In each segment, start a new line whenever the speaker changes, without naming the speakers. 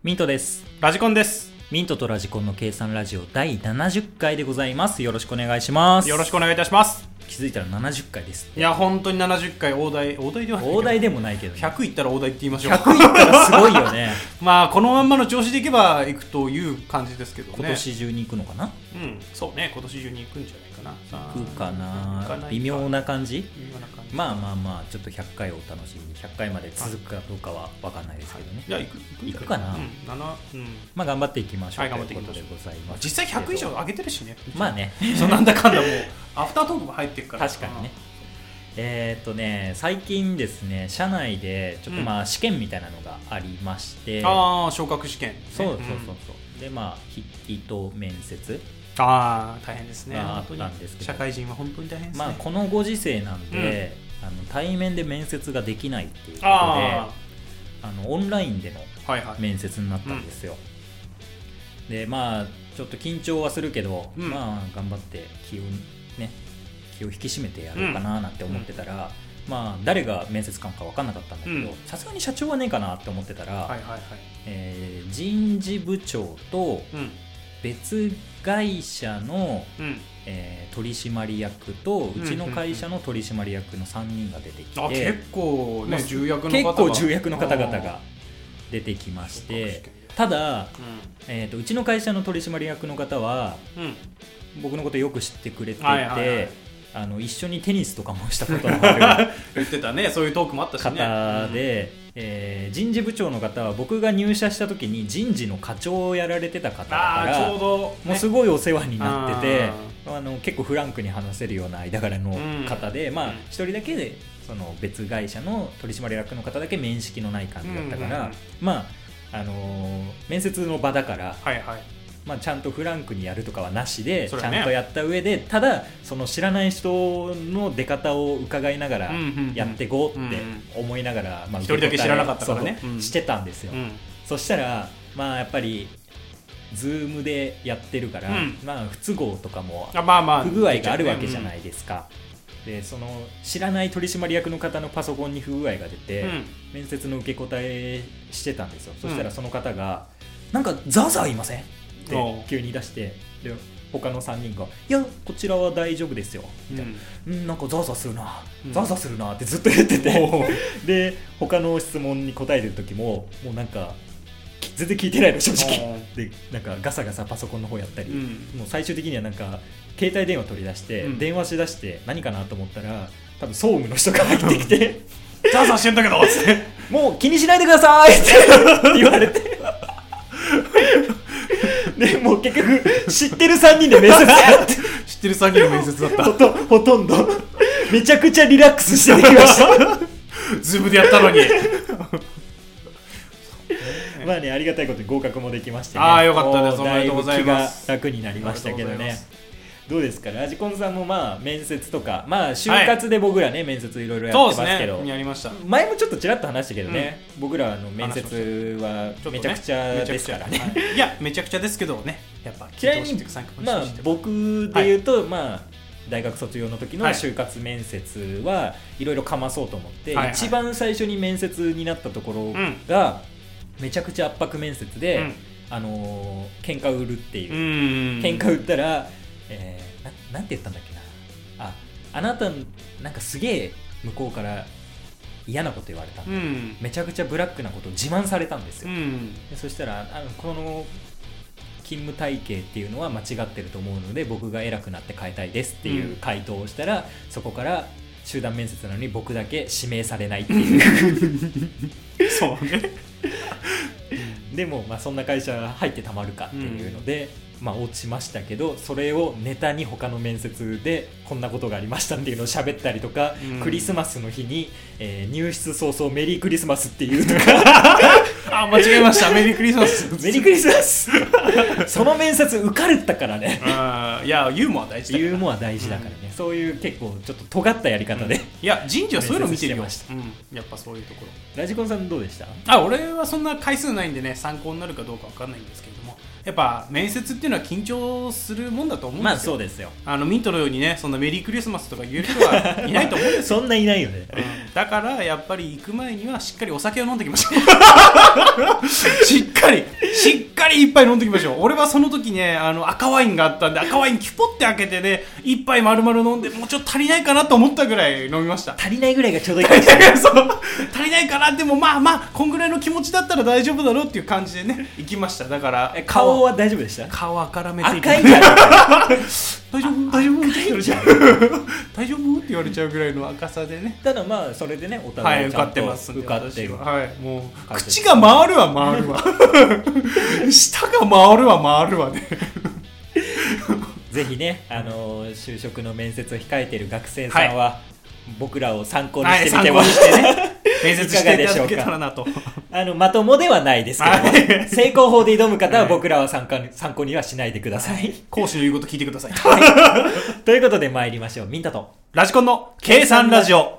ミントです。
ラジコンです。
ミントとラジコンの計算ラジオ第70回でございます。よろしくお願いします。
よろしくお願いいたします。
気づいたら70回です。
いや本当に70回大台ではないけど、
大台でもないけど、ね、
100いったら大台って言いましょう。
100いったらすごいよね。
まあこのまんまの調子でいけばいくという感じですけどね。
今年中に行くのかな。
そうね、今年中に行くんじゃないかな。
行くかな。微妙な感じ。まあちょっと100回をお楽しみに。100回まで続くかどうかは分かんないですけどね。
いや
行くかな。まあ頑張っていきましょう、ということでございます。
実際100以上上げてるしね。
まあね。
そうなんだかんだもうアフタートークも入ってるから。
確かにね。最近ですね、社内でちょっと試験みたいなのがありまして、
昇格試験、ね、
そうで筆記と面接
大変ですね。
あったんですけど、
社会人は本当に大変ですね。
このご時世なんで、対面で面接ができないっていうことで、オンラインでの面接になったんですよ。でちょっと緊張はするけど、頑張って気を引き締めてやろうかななんて思ってたら、誰が面接官か分かんなかったんだけど、さすがに社長はねえかなって思ってたら、人事部長と別会社の、取締役とうちの会社の取締役の3人が出てきて、
結構ね、重役
の方々が出てきまして、ただ、うちの会社の取締役の方は、僕のことよく知ってくれていて、一緒にテニスとかもしたことのある
言ってたね、そういうトークもあったしね。
方で、人事部長の方は僕が入社した時に人事の課長をやられてた方だからもうすごいお世話になってて、結構フランクに話せるような間柄の方で、一人だけでその別会社の取締役の方だけ面識のない感じだったから、面接の場だから、ちゃんとフランクにやるとかはなしで、ちゃんとやった上で、ただその知らない人の出方を伺いながらやっていこうって思いながら、
一人だけ知らなかったからね、
してたんですよ。そしたらやっぱりズームでやってるから、不都合とかも不具合があるわけじゃないですか。でその知らない取締役の方のパソコンに不具合が出て、面接の受け答えしてたんですよ。そしたらその方がなんかザーザーいませんって急に出して、で他の3人がいやこちらは大丈夫ですよみたいな、なんかザーザーするな、ザーザーするなってずっと言ってて、で他の質問に答えてる時ももうなんか全然聞いてないの正直で、なんかガサガサパソコンの方やったり、もう最終的にはなんか携帯電話取り出して、電話しだして何かなと思ったら多分総務の人が入ってきて
ザーザーしてんだけどって
もう気にしないでくださいって言われてでもう結局知ってる3人で面接やって
知ってる3人の面接だった
ほとんどめちゃくちゃリラックスしてできました
ズームでやったのに
ありがたいことに合格もできまして
ね。よかったです。おめでとうございます。
気が楽になりましたけどね。どうですか、ラジコンさんも面接とか就活で僕らね、面接いろいろやってますけど、
やりました。
前もちょっとちらっと話したけどね、僕らの面接はめちゃくちゃですからね。
いやめちゃくちゃですけどね、やっぱ
ちなみに僕で言うと大学卒業の時の就活面接はいろいろかまそうと思って、一番最初に面接になったところがめちゃくちゃ圧迫面接で、喧嘩売るっていう、喧嘩売ったら、なんて言ったんだっけな、あなたなんかすげえ向こうから嫌なこと言われたんで、めちゃくちゃブラックなことを自慢されたんですよ。でそしたらこの勤務体系っていうのは間違ってると思うので僕が偉くなって変えたいですっていう回答をしたら、そこから集団面接なのに僕だけ指名されないっていう
そうね
でもそんな会社入ってたまるかっていうので、落ちましたけど、それをネタに他の面接でこんなことがありましたっていうのを喋ったりとか、クリスマスの日に、入室早々メリークリスマスっていうとか
間違えました、メリークリスマス
メリークリスマスその面接受かれたからね
いやユーモア大事だから、
ユーモア大事だからね、そういう結構ちょっと尖ったやり方で、
いや人事はそういうの見てるよ、やっぱそういうところ。
ラジコンさんどうでした？
俺はそんな回数ないんでね、参考になるかどうか分かんないんですけれども、 やっぱ面接っていうのは緊張するもんだと思うんですよ。
まあそうですよ。
ミントのようにね、そんなメリークリスマスとか言える人はいないと思うんですよ。
そんないないよね、
だからやっぱり行く前にはしっかりお酒を飲んできましょう。しっかり一杯飲んできましょう。俺はその時ね、赤ワインがあったんで、赤ワインキュポって開けてね、一杯丸々飲んで、もうちょっと足りないかなと思ったぐらい飲みました。
足りないぐらいがちょうどいいかもしれない。
そう足りないかな、でもまあこんぐらいの気持ちだったら大丈夫だろうっていう感じでね行きました。だから
顔は大丈夫でした？
顔赤らめて
赤いんじゃない
大丈夫って言われちゃう大丈夫って言われちゃうぐらいの赤さでね。
ただまあそれでね、お互いちゃんと受かってる。
はい、もう口が回るわ舌が回るわね。
ぜひね、就職の面接を控えている学生さんは、僕らを参考にしてみても、
面接していただけたらなと。
まともではないですけども、成功法で挑む方は僕らは参考にはしないでください。
講師の言うこと聞いてください。
ということで参りましょう。ミンタと
ラジコンの計算ラジオ。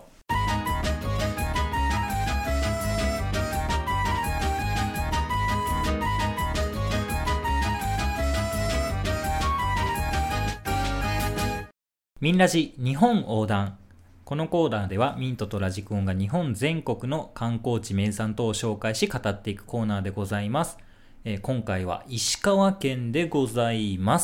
ミンラジ日本横断。このコーナーではミントとラジコンが日本全国の観光地名産等を紹介し語っていくコーナーでございます。今回は石川県でございます。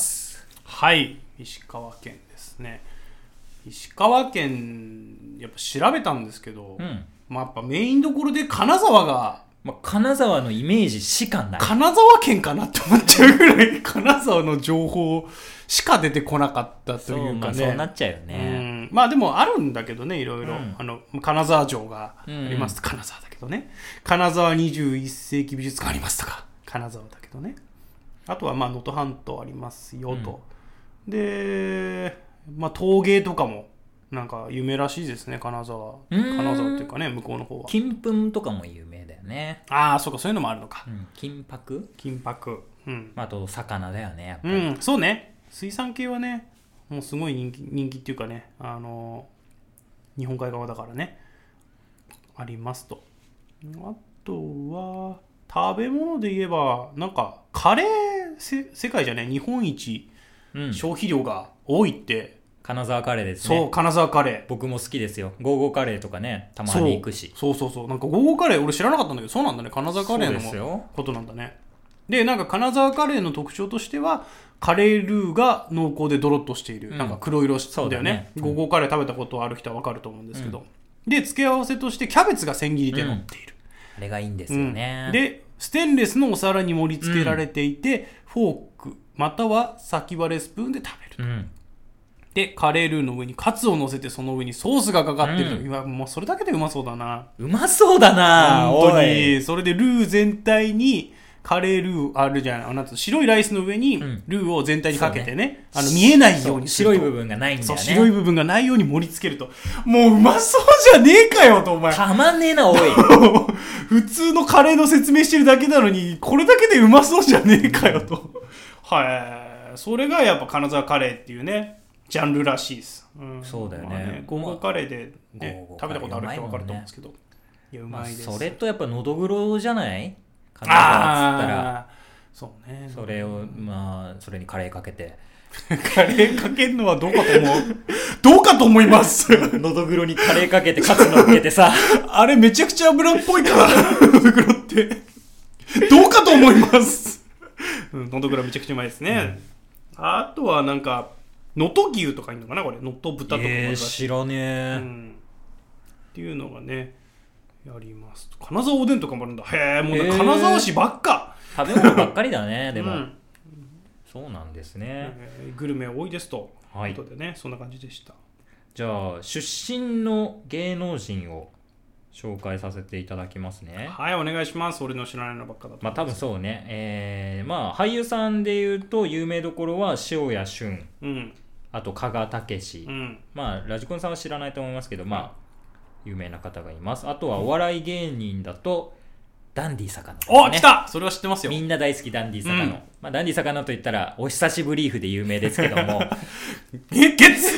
はい、石川県ですね。石川県やっぱ調べたんですけど、やっぱメインどころで金沢が、
金沢のイメージしかない。
金沢県かなって思っちゃうぐらい金沢の情報しか出てこなかったというかね。
そうなっちゃうよね。
でもあるんだけどね、いろいろ、金沢城があります、金沢だけどね。金沢21世紀美術館ありますとか、金沢だけどね。あとは能登半島ありますよと、で陶芸とかもなんか有名らしいですね、金沢っていうかね、向こうの方は
金粉とかも有名だよね。
そうか、そういうのもあるのか。
金箔、あと魚だよね、やっぱり。そうね、
水産系はね、もうすごい人気っていうかね、日本海側だからね、ありますと。あとは食べ物で言えばなんかカレー世界じゃね、日本一消費量が多いって、
金沢カレーですね。
そう、金沢カレー
僕も好きですよ。ゴーゴーカレーとかね、たまに行くし。
そうなんかゴーゴーカレー俺知らなかったんだけど、そうなんだね、金沢カレーのことなんだね。でなんか金沢カレーの特徴としては、カレールーが濃厚でドロッとしている、なんか黒色だよね。ゴーゴーカレー食べたことある人は分かると思うんですけど、で付け合わせとしてキャベツが千切りで乗っている、
あれがいいんですよね。
でステンレスのお皿に盛り付けられていて、フォークまたは先割れスプーンで食べると、でカレールーの上にカツを乗せて、その上にソースがかかってると、もうそれだけでうまそうだな。
うまそうだな
本当に。それでルー全体にカレールーあるじゃん、なんつう白いライスの上にルーを全体にかけてね、見えないようにすると。
白い部分がないんだよね。
白い部分がないように盛り付けると、もううまそうじゃねえかよと、お前
たまんねえな、おい
普通のカレーの説明してるだけなのに、これだけでうまそうじゃねえかよとはい、それがやっぱ金沢カレーっていうねジャンルらしいです。
そうだよね。
ゴーゴーカレーで、食べたことある人は分かると思うんですけど、いやうまいです。
それとやっぱのどぐろじゃない？金沢っつったら。
そうね。
それをそれにカレーかけて。
カレーかけるのはどうかと思うどうかと思います
のどぐろにカレーかけてカツ乗っけてさ
あれめちゃくちゃ油っぽいからのどぐろってどうかと思いますのどぐろめちゃくちゃうまいですね、あとはなんか能登牛とかいいのかな、これ能登豚とかもあるらしい。
知らねえ、
っていうのがねやりますと。金沢おでんとかもあるんだ。へえ、もう金沢市ばっか
食べ物ばっかりだねでも、そうなんですね、
グルメ多いですと、
はい、
ということでね、そんな感じでした。
じゃあ出身の芸能人を紹介させていただきますね。
はい、お願いします。俺の知らないのばっかだと。
多分そうね、俳優さんでいうと有名どころは塩谷俊、あと加賀武史、ラジコンさんは知らないと思いますけど、有名な方がいます。あとはお笑い芸人だとダンディ坂野ですね。
お、来た。それは知ってますよ。
みんな大好きダンディ坂野、ダンディ坂野といったらお久しぶりーふで有名ですけども
ゲッツ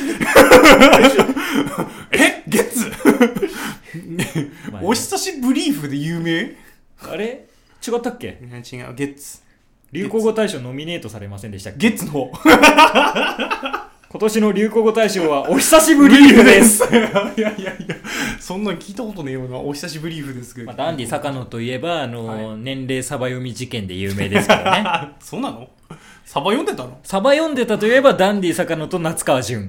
ゲッツお久しぶりーふで有名？
あれ違ったっけ？
違う、ゲッツ
流行語大賞ノミネートされませんでしたっけ？
ゲッツの方
今年の流行語大賞はお久しぶりーふです
いやそんなん聞いたことねえよな。お久しぶりーふですけど、
ダンディ坂野といえばはい、年齢サバ読み事件で有名ですけどね
そうなの？サバ読んでたの？
サバ読んでたといえばダンディ坂野と夏川淳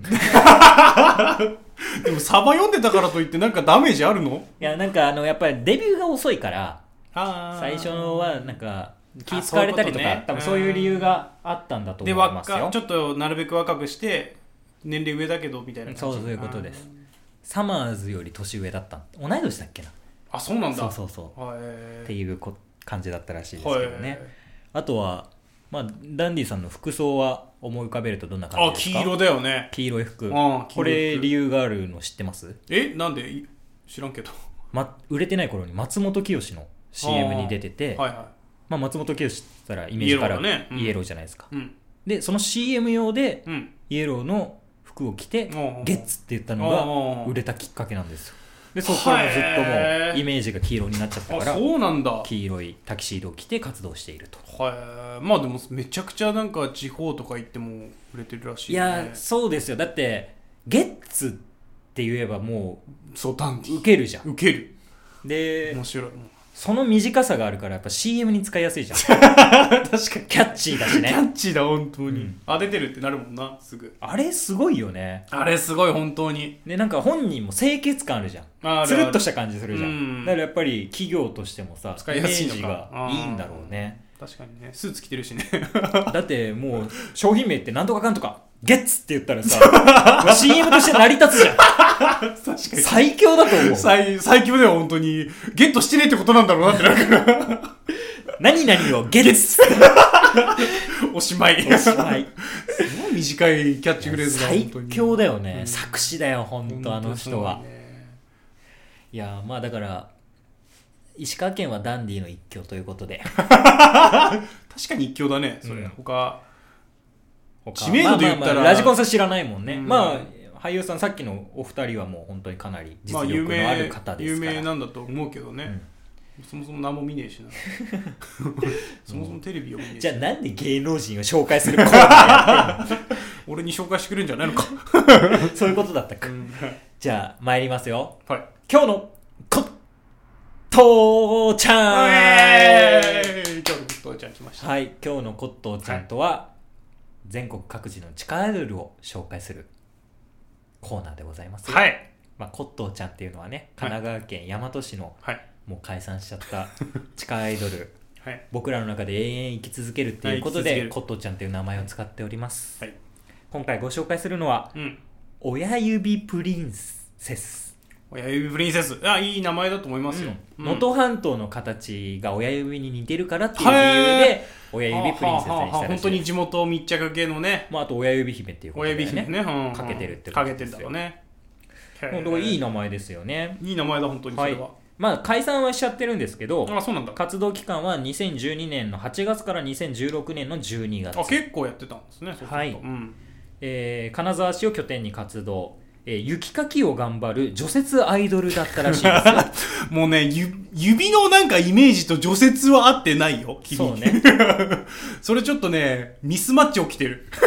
でもサバ読んでたからといってなんかダメージあるの？
いやなんかやっぱりデビューが遅いから最初はなんか気使われたりとか、ね、多分そういう理由があったんだと思いますよ。
でちょっとなるべく若くして年齢上だけどみたいな感じ。
そういうことです。サマーズより年上だった。同い年だっけな。
あ、そうなんだ。
そうっていう感じだったらしいですけどね。あとはまあダンディさんの服装は思い浮かべるとどんな感じですか？
黄色だよね。
黄色い服。これ理由があるの知ってます？
なんで？知らんけど。
売れてない頃に松本清の CM に出てて、松本清って言ったらイメージからイエローじゃないですか、でその CM 用でイエローの服を着てゲッツって言ったのが売れたきっかけなんですよ。でそこからずっともうイメージが黄色になっちゃったから
そうなんだ。
黄色いタキシードを着て活動していると。
まあでもめちゃくちゃなんか地方とか行っても売れてるらしいね。
いやそうですよ。だってゲッツって言えばもう
そうダンディ
ウケるじゃん。
ウケる
で
面白い。
その短さがあるからやっぱ CM に使いやすいじゃん確かにキャッチーだしね。
キャッチーだ本当に、出てるってなるもんなすぐ。
あれすごいよね。
あれすごい本当に。
でなんか本人も清潔感あるじゃん。つるっとした感じするじゃん、だからやっぱり企業としてもさ
使いやすいのか
イメージがいいんだろうね。
確かにね。スーツ着てるしね
だってもう商品名ってなんとかかんとかゲッツって言ったらさCM として成り立つじゃん
確かに
最強だと思う。
最強だよ本当に。ゲットしてねってことなんだろうなってなるから
何々をゲッツ
おしまいすごい短いキャッチフレーズが
最強だよね、作詞だよ本当あの人は、いやまあだから石川県はダンディの一強ということで
確かに一強だねそれ、他知名度で言ったら、
ラジコンさん知らないもんね、俳優さんさっきのお二人はもう本当にかなり実力のある方ですから、
有名なんだと思うけどね、そもそも何も見ねえしなそもそもテレビを見ねえし。
じゃあなんで芸能人を紹介するコーナーやってんの
俺に紹介してくれるんじゃないのか
そういうことだったか、じゃあ参りますよ、
はい、
今日のコットーちゃん、
今日のコットーちゃん来ました。
はい、今日のコットーちゃんとは、全国各地の地下アイドルを紹介するコーナーでございます。
はい。
コットーちゃんっていうのはね、神奈川県大和市の、もう解散しちゃった地下アイドル、僕らの中で永遠生き続けるっていうことで、コットーちゃんっていう名前を使っております。今回ご紹介するのは、親指プリンセス。
親指プリンセス。いい名前だと思いますよ。
能登半島の形が親指に似てるからっていう理由で親指プリンセスにしたらしいです。
本当に地元密着系のね。
あと親指姫っていうことでね。親指姫ね。かけてるってことですよ。
かけてるだろうね。
いい名前ですよね。
いい名前だ本当にそれは。
解散はしちゃってるんですけど、
そうなんだ。
活動期間は2012年の8月から2016年の12月。
結構やってたんですね。
はい。金沢市を拠点に活動。雪かきを頑張る除雪アイドルだったらしいですよ
もうね指のなんかイメージと除雪は合ってないよ。
そうね
それちょっとねミスマッチ起きてる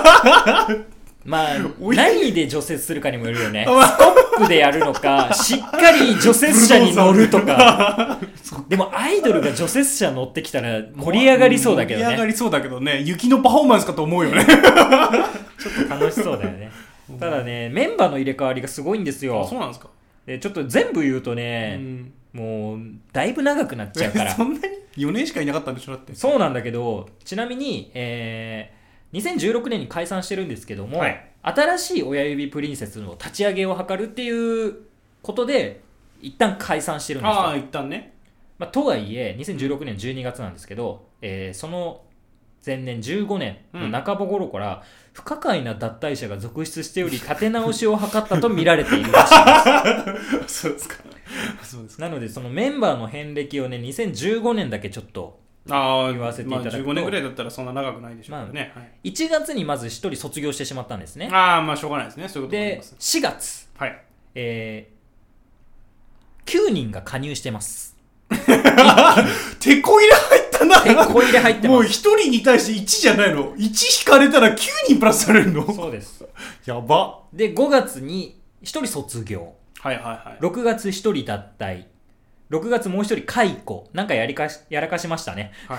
何で除雪するかにもよるよね。スコップでやるのかしっかり除雪車に乗るとかでもアイドルが除雪車乗ってきたら盛り上がりそうだけどね。
盛り上がりそうだけどね。雪のパフォーマンスかと思うよね
ちょっと楽しそうだよねただね、メンバーの入れ替わりがすごいんですよ。
そうなんですか。
でちょっと全部言うとね、もうだいぶ長くなっちゃうから
そんなに4年しかいなかったんでしょだって。
そうなんだけど、ちなみに、2016年に解散してるんですけども、新しい親指プリンセスの立ち上げを図るっていうことで一旦解散してるんですよ。
一旦ね。
とはいえ2016年12月なんですけど、その前年15年の半ば頃から不可解な脱退者が続出しており立て直しを図ったと見られているらしいです
そうですか。そうですか。
なのでそのメンバーの遍歴をね2015年だけちょっと言わせていただくと、
15年ぐらいだったらそんな長くないでしょうからね、
1月にまず1人卒業してしまったんですね。
しょうがないですね。そういうこと
で4月、9人が加入してます
てこ入れ入っただ。
小入れ入ってます。
もう1人に対して1じゃないの。1引かれたら9人プラスされるの。
そうです。
やば。
で、5月に1人卒業。
はいはいはい。
6月1人脱退。6月もう1人解雇。なんかやらかしましたね。はい、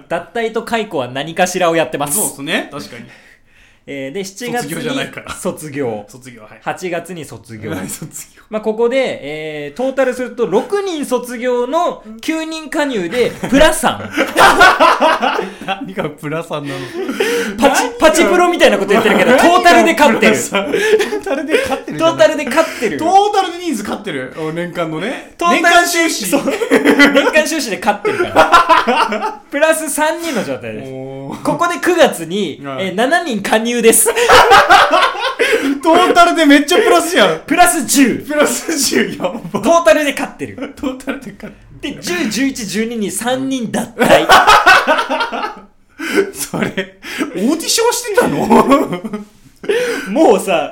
脱退と解雇は何かしらをやってます。
そうですね。確かに。
で、7月に卒業。
卒業、はい。
8月に卒業。
卒業。
まあ、ここで、トータルすると6人卒業の9人加入で、プラ3。
何がプラ3なの？
パチプロみたいなこと言ってるけど、トータルで勝ってる。
トータルで勝ってる。
トータルで勝ってる。
トータルで人数勝ってる。年間のね。年間収支。
そう。年間収支で勝ってるから。プラス3人の状態です。ここで9月に、7人加入です。
トータルでめっちゃプラスやん。
プラス10。
プラス10やば。
トータルで勝ってる。
トータルで勝ってる。
で、10、11、12に3人脱退。
それ、オーディションしてたの？
もうさ、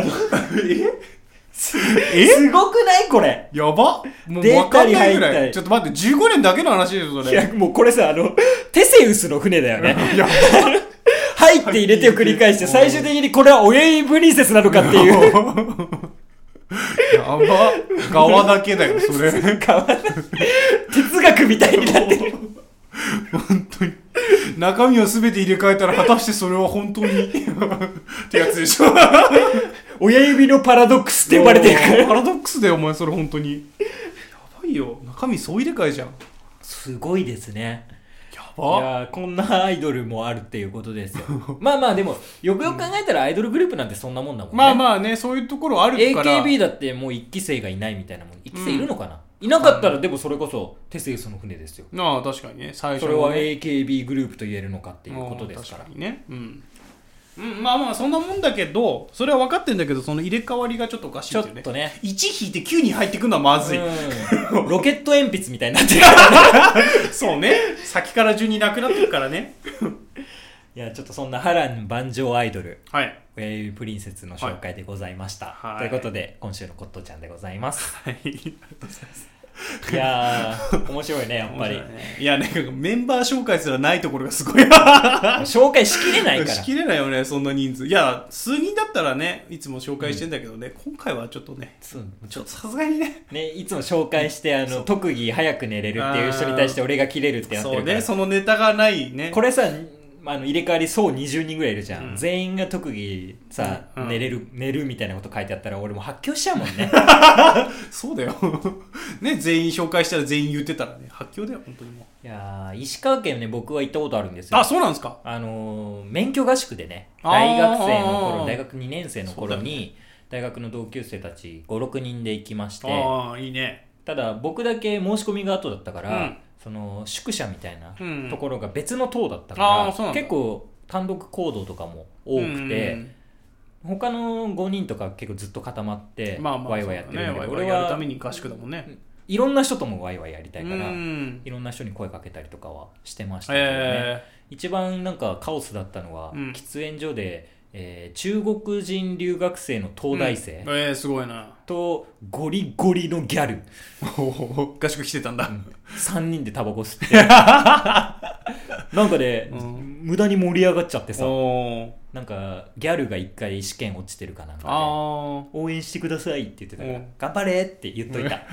すごくないこれ。
やば。もう分かんないぐらい。ちょっと待って、15年だけの話ですよ、それ。
いや、もうこれさ、テセウスの船だよね。入って入れてを繰り返して、最終的にこれは親指プリンセスなのかっていう。
やば。側だけだよ、それ。
哲学みたいになってる。
本当に。中身を全て入れ替えたら、果たしてそれは本当にってやつでしょ。
親指のパラドックスって呼ばれてるから。
パラドックスだよ、お前、それ本当に。やばいよ。中身総入れ替えじゃん。
すごいですね。
やば。
いやこんなアイドルもあるっていうことですよ。まあまあでもよくよく考えたらアイドルグループなんてそんなもんだもんね。
まあまあね、そういうところあるから。
AKB だってもう1期生がいないみたいなもん。1期生いるのかな、いなかったらでもそれこそテセウスの船ですよ。
ああ確かにね。最初
それは AKB グループと言えるのかっていうことですから。
確かにね。まあまあそんなもんだけど、それは分かってんだけど、その入れ替わりがちょっとおかしいっていうね。
ちょっとね、
1引いて9に入ってくるのはまずい。
ロケット鉛筆みたいになってるからね。
そうね、先から順になくなってるからね。
いやちょっとそんな波乱万丈アイドル、
はい、
親指プリンセスの紹介でございました、はい、ということで今週のコットちゃんでございます。
はい、ありがとうございます。
いやー面白いねやっぱり、ね、
いやなんかメンバー紹介すらないところがすごい
紹介しきれないから。
しきれないよね、そんな人数。いや数人だったらねいつも紹介してんだけどね、今回はちょっとねちょっとさすがにね
いつも紹介して特技早く寝れるっていう人に対して俺がキレるってやってるから。
そうね、そのネタがないね。
これさ入れ替わりそう20人ぐらいいるじゃん、全員が特技さ、寝るみたいなこと書いてあったら俺も発狂しちゃうもんね。
そうだよね、全員紹介したら全員言ってたらね発狂だよ本当に。もう
いや石川県ね僕は行ったことあるんですよ。
あ、そうなんですか。
免許合宿でね、大学2年生の頃に、大学の同級生たち 5,6 人で行きまして。
ああいいね。
ただ僕だけ申し込みが後だったから、その宿舎みたいなところが別の棟だったから、結構単独行動とかも多くて、他の5人とか結構ずっと固まってワイワイやってるんだけど、俺は
やるために合宿だもんね。
いろんな人ともワイワイやりたいから、いろんな人に声かけたりとかはしてましたけどね。一番なんかカオスだったのは、喫煙所で中国人留学生の東大生、
すごいな
とゴリゴリのギャル
合宿来てたんだ、
3人でタバコ吸ってなんかで、無駄に盛り上がっちゃってさ、なんかギャルが1回試験落ちてるかなんかで応援してくださいって言ってたから頑張れって言っといた。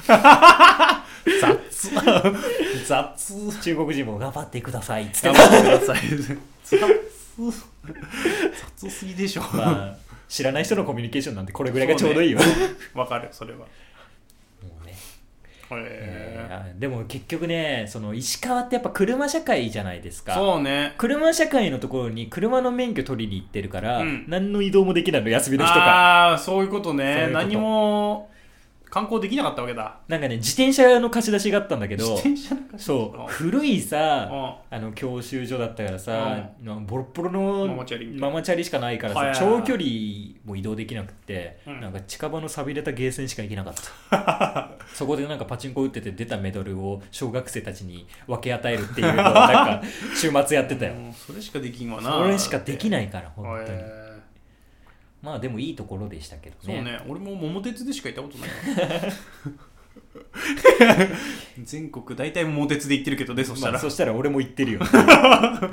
雑。中国人も頑張ってくださいって言ってた。頑張ってください
雑すぎでしょ。
まあ知らない人のコミュニケーションなんてこれぐらいがちょうどいいわ。
わかるそれは。も
うね。でも結局ね、その石川ってやっぱ車社会じゃないですか。
そうね。
車社会のところに車の免許取りに行ってるから、何の移動もできないの、休みの日とか。
ああそういうことね。何も観光できなかったわけだ。
なんかね、自転車の貸し出しがあったんだけど、
自転車の貸し出し、
そう古いさ、教習所だったからさ、ボロッボロのママチャリしかないからさ、長距離も移動できなくて、なんか近場の寂れたゲーセンしか行けなかったそこでなんかパチンコ打ってて出たメダルを小学生たちに分け与えるっていうのをなんか週末やってたよ
それしかできんわな。
それしかできないから本当に。まあでもいいところでしたけどね。
そうね、俺も桃鉄でしか行ったことないわ全国大体桃鉄で行ってるけどね、そ
したら俺も行ってるよ、はい、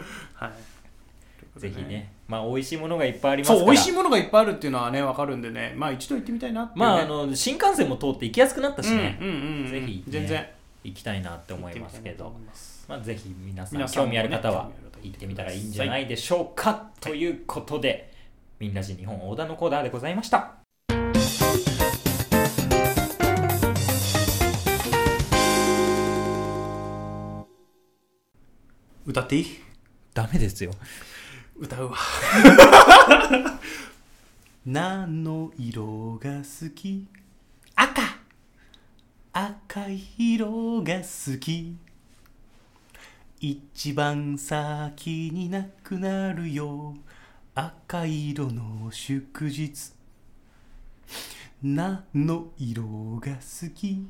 ぜひね、まあ美味しいものがいっぱいありますから、
そう美味しいものがいっぱいあるっていうのはね分かるんでね、まあ一度行ってみたいなっていう、ね、
まあ新幹線も通って行きやすくなったしね、ぜひ、ね、
全然
行きたいなって思いますけど、まあぜひ皆さん興味ある方は行ってみたらいいんじゃないでしょうか、ということで、みんなじ日本横断のコーナーでございました。
歌っていい？
ダメですよ。
歌うわ。何の色が好き？赤い色が好き。一番先になくなるよ、赤色の祝日。何の色が好き？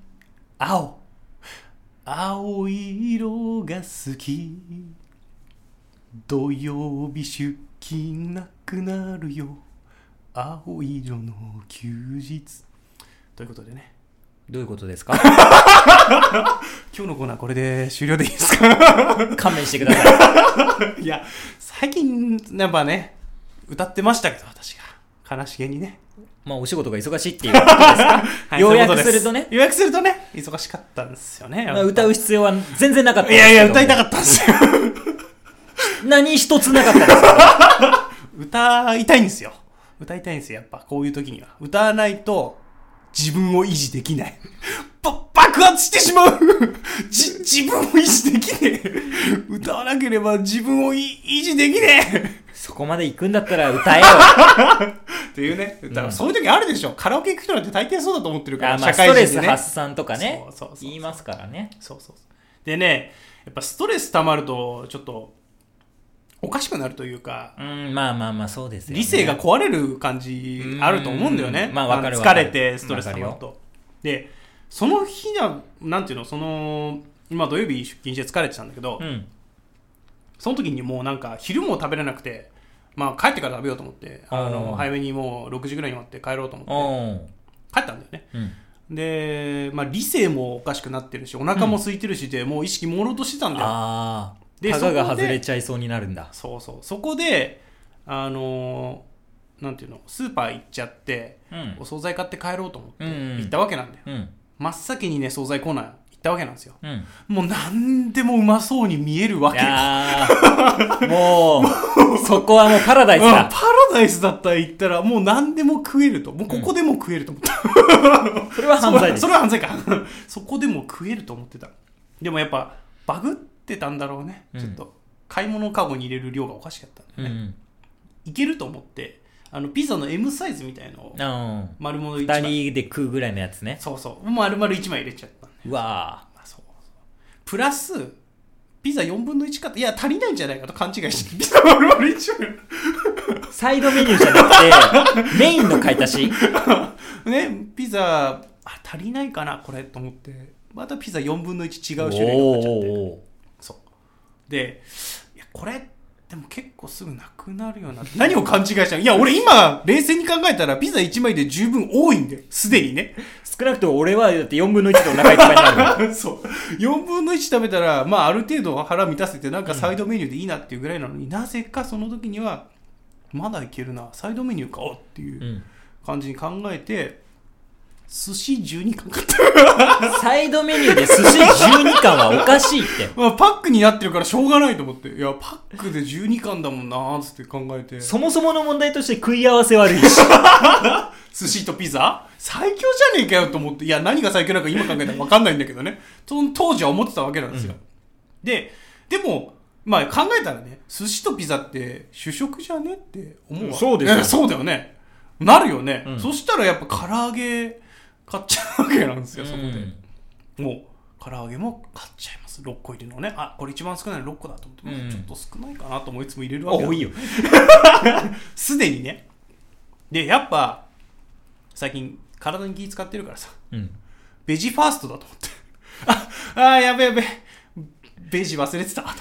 青い色が好き。土曜日出勤なくなるよ、青色の休日。ということでね。
どういうことですか？
今日のコーナーこれで終了でいいですか？
勘弁してくださ
い。いや、最近やっぱね、歌ってましたけど、私が悲しげにね。
まあお仕事が忙しいっていうことですか？はい、要約するとね。
忙しかったんですよね。
まあ、歌う必要は全然なかったんです
けど。いや歌いたかったんですよ。
何一つなかったですか？
歌いたいんですよ。やっぱこういう時には。歌わないと自分を維持できない。爆発してしまう。自分を維持できねえ。歌わなければ自分を維持できねえ。
そこまで行くんだったら歌えよ。
っていうね、そういう時あるでしょ。カラオケ行く人なんて大抵そうだと思ってるから。
まあ、社会人でね、ストレス発散とかね、言いますからね。
そう。でね、やっぱストレス溜まるとちょっとおかしくなるというか、
まあそうですよね。
理性が壊れる感じあると思うんだよね。
まあわかる。
疲れてストレス溜まると。で、その日はなんていうの、今土曜日出勤して疲れてたんだけど、その時にもうなんか昼も食べれなくて、まあ帰ってから食べようと思って、早めにもう6時ぐらいに終わって帰ろうと思って帰ったんだよね。で、まあ理性もおかしくなってるし、お腹も空いてるしで、もう意識朦朧としてたんだよ。
で、タガが外れちゃいそうになるんだ。
そう。そこで、なんていうの、スーパー行っちゃって、お惣菜買って帰ろうと思って行ったわけなんだよ。真っ先にね、惣菜コーナー行ったわけなんですよ。もう何でもうまそうに見えるわけよ。
もう、そこはもうパラダイスだ。
パラダイスだったら行ったら、もう何でも食えると。もうここでも食えると思った。
それは犯罪です。
それは犯罪か。そこでも食えると思ってた。でもやっぱ、バグってたんだろうね。ちょっと、買い物カゴに入れる量がおかしかったんだよね。いけると思って、ピザの M サイズみたいのを丸々1枚
2人で食うぐらいのやつね。
そう丸々1枚入れちゃったん
うわ
ー、そうプラスピザ4分の1かいや足りないんじゃないかと勘違いしてピザ丸々1枚
サイドメニューじゃなくてメインの買い足し
ね、ピザ足りないかなこれと思ってまたピザ4分の1違う種類の買っちゃってそうでいやこれでも結構すぐなくなるような何を勘違いしたのいや俺今冷静に考えたらピザ1枚で十分多いんで、すでにね。
少なくとも俺はだって4分の1でお腹いっぱいになる
そう4分の1食べたらまあある程度腹満たせてなんかサイドメニューでいいなっていうぐらいなのに、なぜかその時にはまだいけるなサイドメニュー買おうっていう感じに考えて、寿司12貫買った
サイドメニューで寿司12貫はおかしいって
まあパックになってるからしょうがないと思って、いやパックで12貫だもんなーつって考えて、
そもそもの問題として食い合わせ悪いし
寿司とピザ最強じゃねえかよと思って、いや何が最強なのか今考えたら分かんないんだけどね、その当時は思ってたわけなんですよ、でもまあ考えたらね、寿司とピザって主食じゃねって思うわ。
そうですよ、
そうだよね、なるよね、そしたらやっぱ唐揚げ買っちゃうわけなんですよ、そこで。もう唐揚げも買っちゃいます。6個入れるのね。あ、これ一番少ないの6個だと思って、ちょっと少ないかなと思いつつも入れるわけ。
多いよ。
すでにね。で、やっぱ最近体に気使ってるからさ、ベジファーストだと思って。やべベジ忘れてたと思って。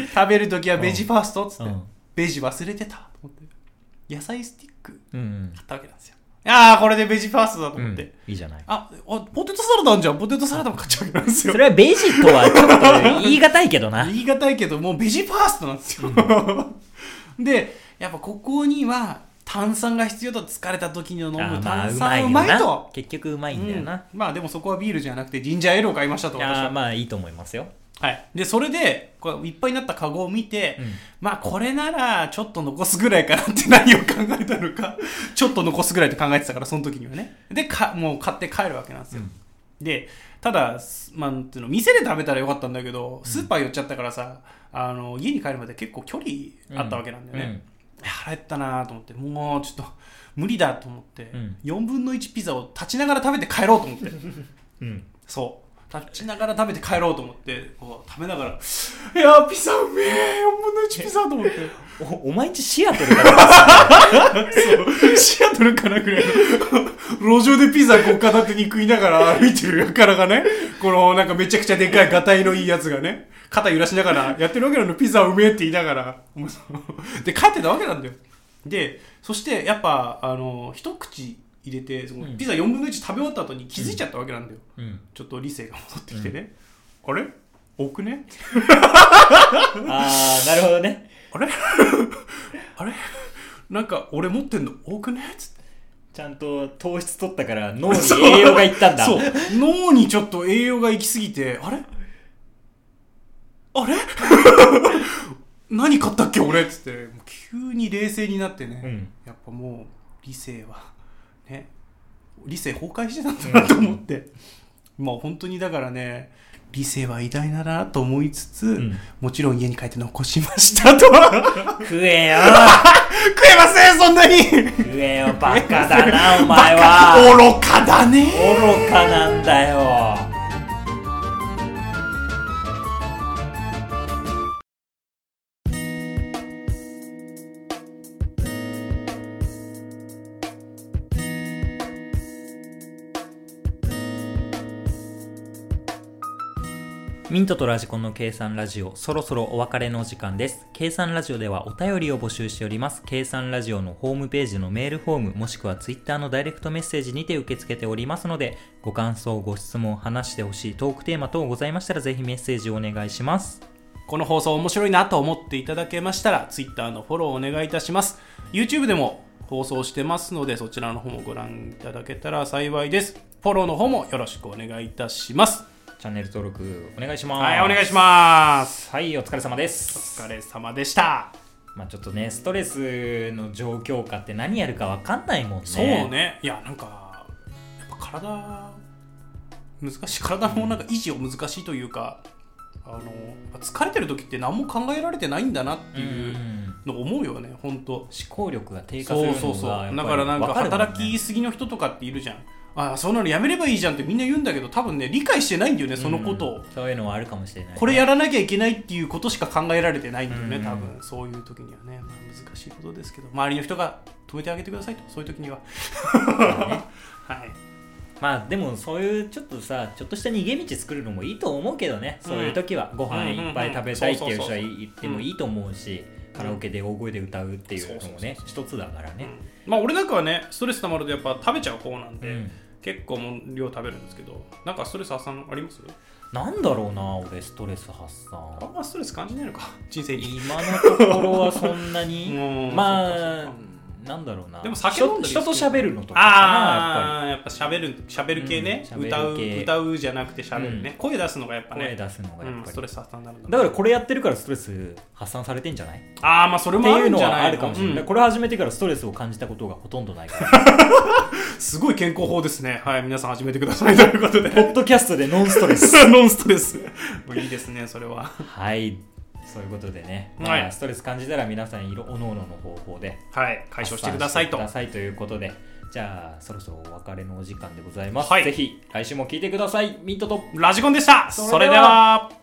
食べるときはベジファーストっつって、ベジ忘れてたと思って。野菜スティック買ったわけなんですよ。 ああ、これでベジファーストだと思って。
いいじゃない。
ポテトサラダあんじゃん。ポテトサラダも買っちゃうわけなんですよ。
それはベジとはちょっと言い難いけどな。
言い難いけど、もうベジファーストなんですよ。で、やっぱここには、炭酸が必要だと疲れた時に飲む炭酸うまいと。
結局うまいんだよな。
まあでもそこはビールじゃなくてジンジャーエールを買いましたと。私は
まあいいと思いますよ。
はい。で、それで、こういっぱいになったカゴを見て、まあこれならちょっと残すぐらいかなって何を考えたのか、ちょっと残すぐらいって考えてたから、その時にはね。で、もう買って帰るわけなんですよ。で、ただ、まあ、っていうの店で食べたらよかったんだけど、スーパー寄っちゃったからさ、家に帰るまで結構距離あったわけなんだよね。腹減ったなと思って、もうちょっと無理だと思って、4分の1ピザを立ちながら食べて帰ろうと思って、そう立ちながら食べて帰ろうと思ってこう食べながら、いやピザうめえ、4分の1ピザと思って
お前んちシアトルかな
そうシアトルかなぐらいの路上でピザこう片手に食いながら歩いてるやからがね、このなんかめちゃくちゃでかいガタイのいいやつがね、肩揺らしながらやってるわけなの。ピザうめえって言いながらで帰ってたわけなんだよ。でそしてやっぱ一口入れてピザ4分の1食べ終わった後に気づいちゃったわけなんだよ、ちょっと理性が戻ってきてね、あれ多くね
なるほどね。
あれあれなんか俺持ってんの多くねつって、
ちゃんと糖質取ったから脳に栄養がいったんだ
そう脳にちょっと栄養が行き過ぎて、あれ何買ったっけ俺っつって急に冷静になってね、やっぱもう理性はね、理性崩壊してたんだなと思って、まあ本当にだからね、理性は偉大だなと思いつつ、もちろん家に帰って残しましたと
食えよ
食えません、そんなに
食えよ、バカだなお前は。
愚かだね、
愚かなんだよ。ミントとラジコンの計算ラジオ、そろそろお別れの時間です。計算ラジオではお便りを募集しております。計算ラジオのホームページのメールフォーム、もしくはツイッターのダイレクトメッセージにて受け付けておりますので、ご感想、ご質問、話してほしいトークテーマ等ございましたら、ぜひメッセージをお願いします。
この放送面白いなと思っていただけましたら、ツイッターのフォローお願いいたします。YouTube でも放送してますので、そちらの方もご覧いただけたら幸いです。フォローの方もよろしくお願いいたします。
チャンネル登録お願いします。
はい、お願いします。
はい、お疲れ様です。
お疲れ様でした。
まあちょっとね、ストレスの状況下って何やるか分かんないもんね。
そうね。いや、なんかやっぱ体難しい。体もなんか維持を難しいというか、疲れてる時って何も考えられてないんだなっていうのを思うよね。本当。思
考力が低下するのがやっぱり分かるもんね。
だからなんか働きすぎの人とかっているじゃん。そんなのやめればいいじゃんってみんな言うんだけど、多分ね理解してないんだよね、そのことを。
そういうのはあるかもしれない、ね、
これやらなきゃいけないっていうことしか考えられてないんだよね、多分。そういう時にはね、まあ、難しいことですけど、周りの人が止めてあげてくださいと、そういう時には、ね、はい。
まあでもそういうちょっとした逃げ道作るのもいいと思うけどね、そういう時はご飯いっぱい食べたいっていう人は言ってもいいと思うし、カラオケで大声で歌うっていうのもね一つだからね、
まあ俺なんかはねストレス溜まるとやっぱ食べちゃう方なんで、結構も量食べるんですけど、なんかストレス発散あります？
なんだろうな、俺ストレス発散
あんまストレス感じないのか、人生に。
今のところはそんなにまあなんだろうな、
でも酒飲んだり
人と喋るのとかか
な、やっぱ喋る系ね、歌うじゃなくて喋るね、声出すのがやっぱね、
声出すのがやっぱり
ストレス発散になるんだ。
だからこれやってるからストレス発散されてんじゃない？
まあそれもあるんじゃないの？
っていうのはあるかもしれない、これ始めてからストレスを感じたことがほとんどないから
すごい健康法ですね。はい、皆さん始めてくださいということで、
ポッドキャストでノンストレス
ノンストレスいいですね、それは。
はい、そういうことでね、まあ、ストレス感じたら皆さんおのおのの方法で、
はい、解消してくださいと
いうことで、じゃあそろそろお別れのお時間でございます、はい、ぜひ来週も聞いてください。ミントと
ラジコンでした。それでは。